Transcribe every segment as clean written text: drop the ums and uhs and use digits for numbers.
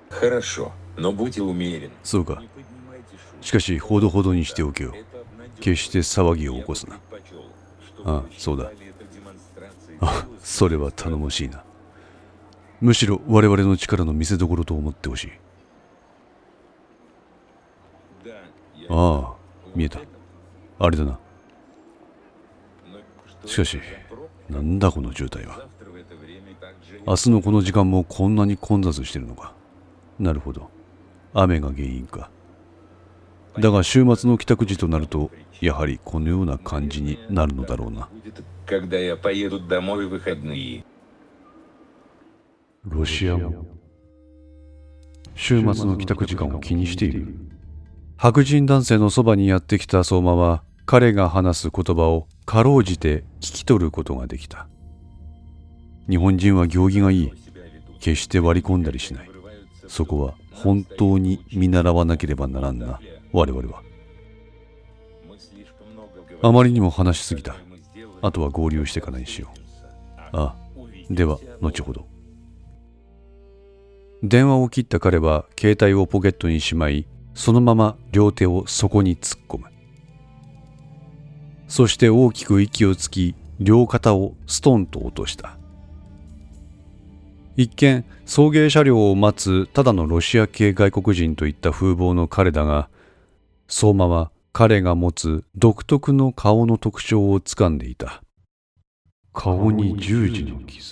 そうか。しかしほどほどにしておけよ。決して騒ぎを起こすな。ああ、そうだ。あ、それは頼もしいな。むしろ我々の力の見せ所と思ってほしい。ああ、見えた。あれだな。しかし、なんだこの渋滞は。明日のこの時間もこんなに混雑してるのか。なるほど。雨が原因か。だが週末の帰宅時となると、やはりこのような感じになるのだろうな。ロシア語。週末の帰宅時間を気にしている。白人男性のそばにやってきた相馬は、彼が話す言葉をかろうじて聞き取ることができた。日本人は行儀がいい。決して割り込んだりしない。そこは本当に見習わなければならんな、我々は。あまりにも話しすぎた。あとは合流してからにしよう。ああ、では後ほど。電話を切った彼は携帯をポケットにしまい、そのまま両手を底に突っ込む。そして大きく息をつき、両肩をストンと落とした。一見送迎車両を待つただのロシア系外国人といった風貌の彼だが、相馬は彼が持つ独特の顔の特徴をつかんでいた。顔に十字の傷。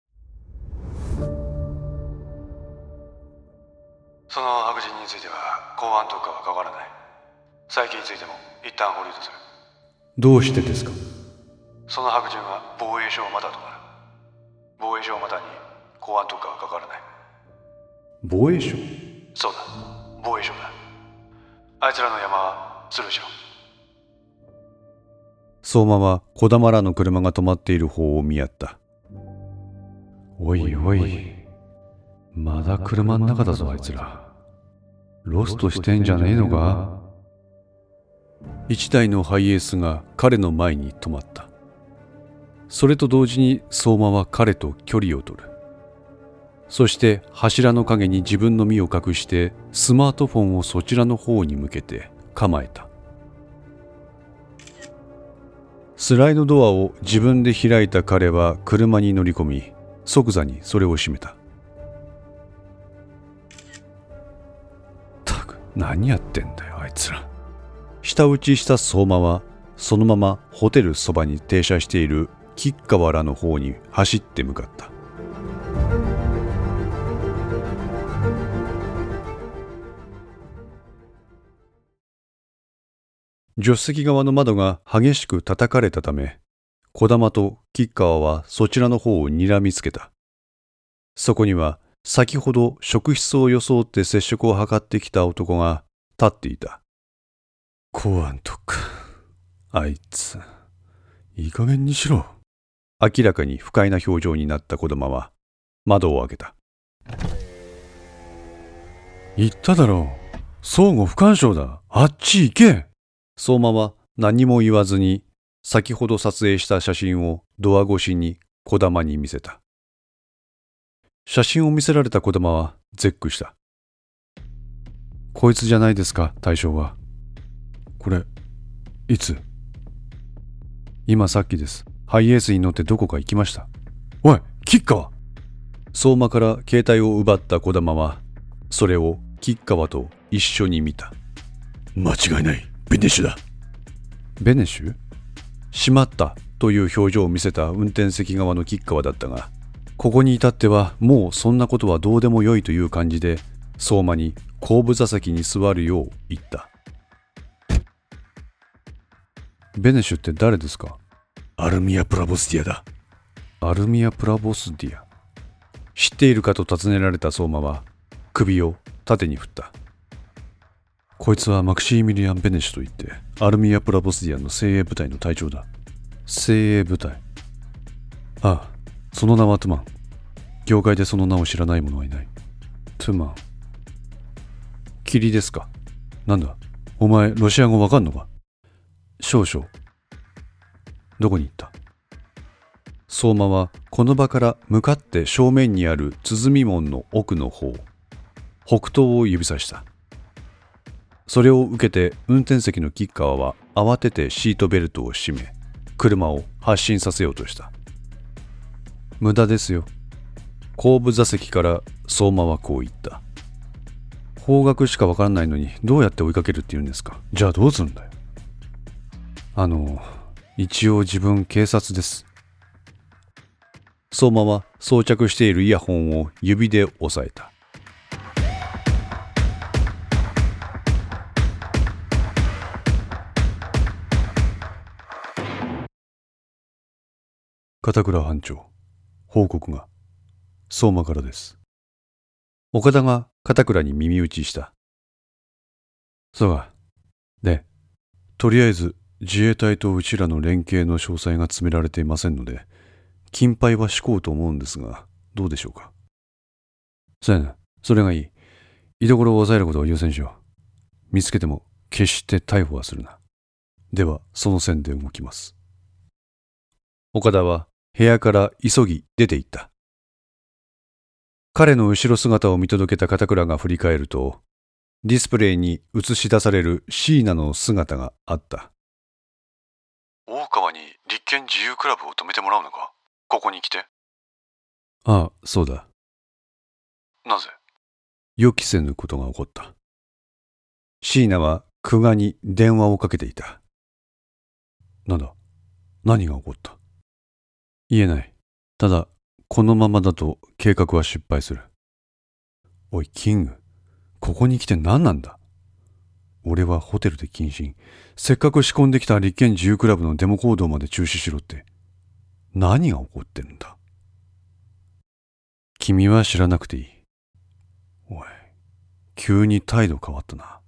その白人については公安とかは関わらない。再起についても一旦保留とする。 どうしてですか？ その白人は防衛省マターとなる。防衛省マターに公安とかは関わらない。 防衛省？ そうだ、防衛省だ。あいつらの山はスルーしろ。 相馬は児玉らの車が止まっている方を見合った。おいおい、まだ車の中だぞあいつら。ロストしてんじゃねえのか？一台のハイエースが彼の前に止まった。それと同時に相馬は彼と距離を取る。そして柱の陰に自分の身を隠してスマートフォンをそちらの方に向けて構えた。スライドドアを自分で開いた彼は車に乗り込み、即座にそれを閉めた。ったく何やってんだよあいつら。舌打ちした相馬はそのままホテルそばに停車している吉川らの方に走って向かった。助手席側の窓が激しく叩かれたため、児玉と吉川はそちらの方を睨みつけた。そこには先ほど職質を装って接触を図ってきた男が立っていた。公安とか、あいつ、いい加減にしろ。明らかに不快な表情になった児玉は窓を開けた。言っただろう。相互不干渉だ。あっち行け。相馬は何も言わずに先ほど撮影した写真をドア越しに児玉に見せた。写真を見せられた児玉は絶句した。こいつじゃないですか、対象は。これ、いつ？今さっきです。ハイエースに乗ってどこか行きました。おい、吉川！相馬から携帯を奪った児玉は、それを吉川と一緒に見た。間違いない。ベネッシュだ。ベネッシュ？しまったという表情を見せた運転席側の吉川だったが、ここに至ってはもうそんなことはどうでもよいという感じで、相馬に後部座席に座るよう言った。ベネッシュって誰ですか？アルミア・プラボスディアだ。アルミア・プラボスディア。知っているかと尋ねられた相馬は首を縦に振った。こいつはマクシーミリアン・ベネッシュといってアルミア・プラボスディアの精鋭部隊の隊長だ。精鋭部隊？ああ、その名はトゥマン。業界でその名を知らない者はいない。トゥマン。霧ですか？なんだ、お前ロシア語わかんのか？少々。どこに行った？相馬はこの場から向かって正面にある鼓門の奥の方、 北東を指さした。それを受けて運転席の吉川は慌ててシートベルトを締め、車を発進させようとした。無駄ですよ。後部座席から相馬はこう言った。方角しかわからないのにどうやって追いかけるって言うんですか。じゃあどうするんだよ。一応自分警察です。相馬は装着しているイヤホンを指で押さえた。片倉班長、報告が。相馬からです。岡田が片倉に耳打ちした。そうか。で、とりあえず自衛隊とうちらの連携の詳細が詰められていませんので、金牌は敷こうと思うんですが、どうでしょうか。そうやな。それがいい。居所を抑えることを優先しよう。見つけても決して逮捕はするな。では、その線で動きます。岡田は部屋から急ぎ出て行った。彼の後ろ姿を見届けた片倉が振り返ると、ディスプレイに映し出される椎名の姿があった。 大川に立憲自由クラブを止めてもらうのか。ここに来て。 ああ、そうだ。 なぜ？ 予期せぬことが起こった。椎名は久我に電話をかけていた。なんだ？何が起こった？言えない。ただ、このままだと計画は失敗する。おい、キング。ここに来て何なんだ？俺はホテルで謹慎。せっかく仕込んできた立憲自由クラブのデモ行動まで中止しろって。何が起こってるんだ？君は知らなくていい。おい、急に態度変わったな。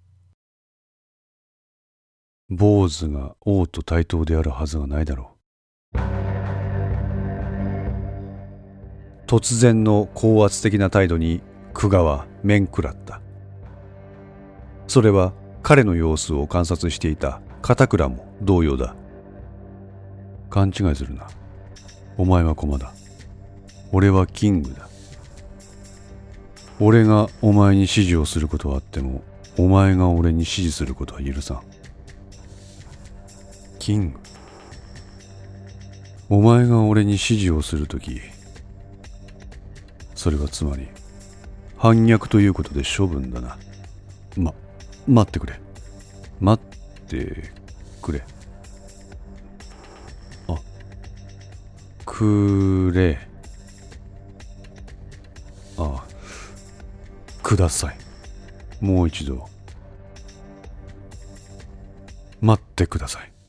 坊主が王と対等であるはずがないだろう。突然の高圧的な態度に久我は面食らった。それは彼の様子を観察していた片倉も同様だ。勘違いするな。お前は駒だ。俺はキングだ。俺がお前に指示をすることはあっても、お前が俺に指示することは許さん。キング。お前が俺に指示をするとき、それはつまり反逆ということで処分だな。待ってくれ。待ってくれ。くれ。ください。もう一度。待ってください。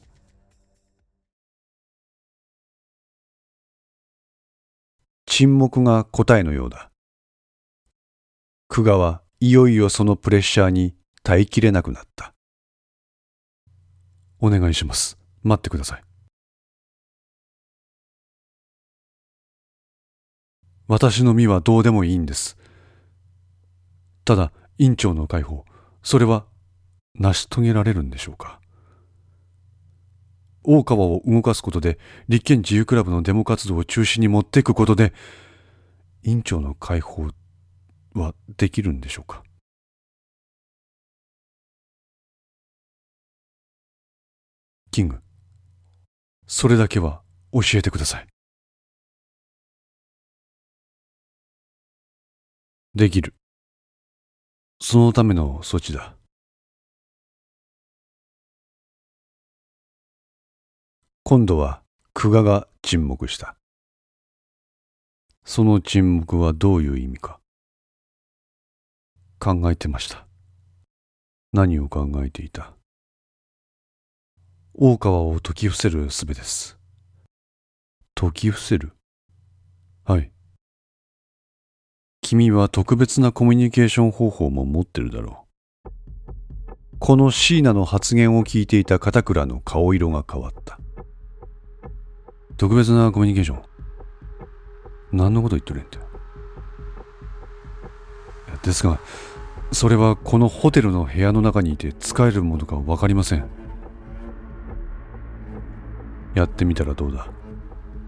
沈黙が答えのようだ。久我はいよいよそのプレッシャーに耐えきれなくなった。お願いします。待ってください。私の身はどうでもいいんです。ただ、院長の解放、それは成し遂げられるんでしょうか。大川を動かすことで、立憲自由クラブのデモ活動を中止に持っていくことで、院長の解放はできるんでしょうか。キング、それだけは教えてください。できる。そのための措置だ。今度は久我が沈黙した。その沈黙はどういう意味か。考えてました。何を考えていた？大川を解き伏せる術です。解き伏せる？はい。君は特別なコミュニケーション方法も持ってるだろう。この椎名の発言を聞いていた片倉の顔色が変わった。特別なコミュニケーション？何のこと言っとるんだよ。ですが、それはこのホテルの部屋の中にいて使えるものか分かりません。やってみたらどうだ？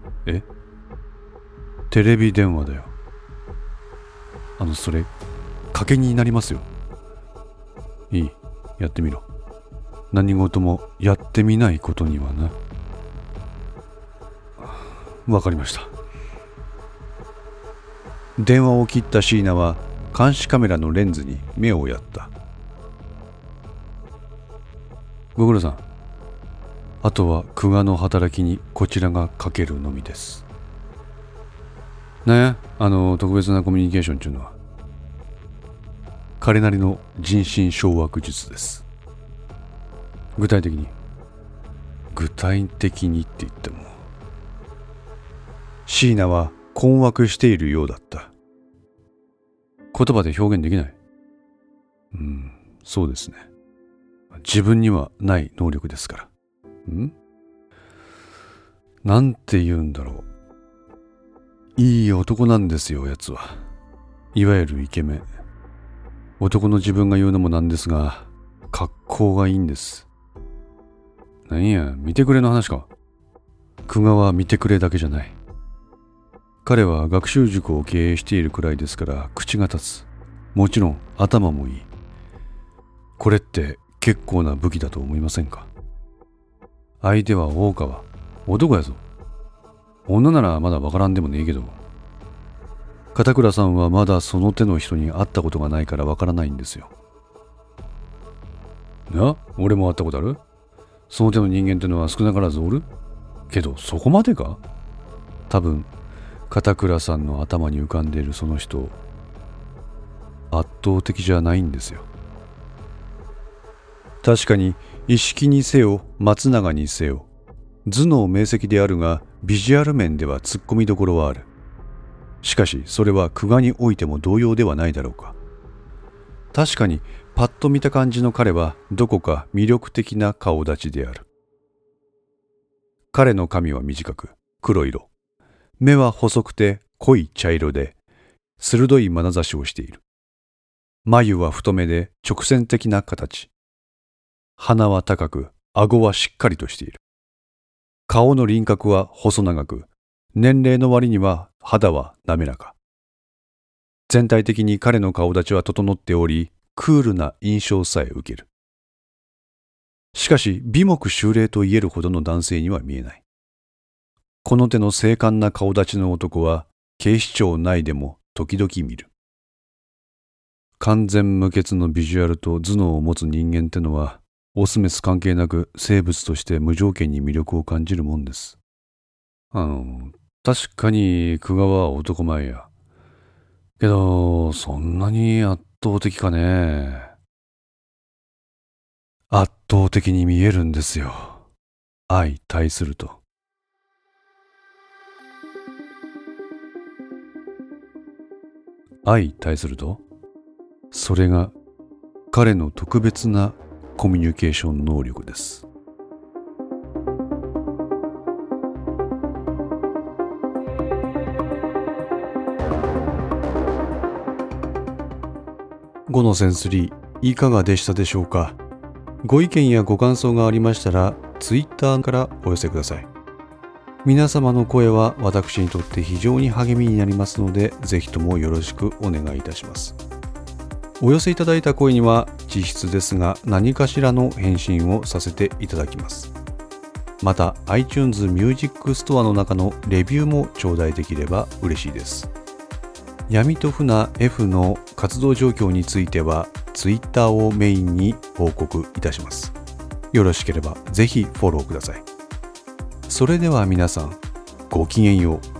テレビ電話だよ。それ賭けになりますよ。いい、やってみろ。何事もやってみないことにはな。わかりました。電話を切った椎名は監視カメラのレンズに目をやった。ご苦労さん。あとは久我の働きにこちらがかけるのみです。ねえ、特別なコミュニケーションっていうのは彼なりの人心掌握術です。具体的にって言っても椎名は困惑しているようだった。言葉で表現できない。そうですね。自分にはない能力ですから。なんて言うんだろう。いい男なんですよ、やつは。いわゆるイケメン。男の自分が言うのもなんですが、格好がいいんです。なんや、見てくれの話か。久我は見てくれだけじゃない。彼は学習塾を経営しているくらいですから口が立つ。もちろん頭もいい。これって結構な武器だと思いませんか？相手は大川、男やぞ。女ならまだわからんでもねえけど、片倉さんはまだその手の人に会ったことがないからわからないんですよ。俺も会ったことある？その手の人間ってのは少なからずおる？けどそこまでか？多分片倉さんの頭に浮かんでいるその人、圧倒的じゃないんですよ。確かに一色にせよ松永にせよ頭脳明晰であるが、ビジュアル面では突っ込みどころはある。しかしそれは久我においても同様ではないだろうか。確かにパッと見た感じの彼はどこか魅力的な顔立ちである。彼の髪は短く黒色、目は細くて濃い茶色で鋭い眼差しをしている。眉は太めで直線的な形。鼻は高く、顎はしっかりとしている。顔の輪郭は細長く、年齢の割には肌は滑らか。全体的に彼の顔立ちは整っており、クールな印象さえ受ける。しかし美目秀麗と言えるほどの男性には見えない。この手の精悍な顔立ちの男は警視庁内でも時々見る。完全無欠のビジュアルと頭脳を持つ人間ってのはオスメス関係なく生物として無条件に魅力を感じるもんです。確かに久我は男前や。けどそんなに圧倒的かね。圧倒的に見えるんですよ。相対すると。相対すると、それが彼の特別なコミュニケーション能力です。5のセンス3いかがでしたでしょうか。ご意見やご感想がありましたら Twitter からお寄せください。皆様の声は私にとって非常に励みになりますので、ぜひともよろしくお願いいたします。お寄せいただいた声には実質ですが何かしらの返信をさせていただきます。また iTunes Music Store の中のレビューも頂戴できれば嬉しいです。闇と船 F の活動状況については Twitter をメインに報告いたします。よろしければぜひフォローください。それでは皆さん、ごきげんよう。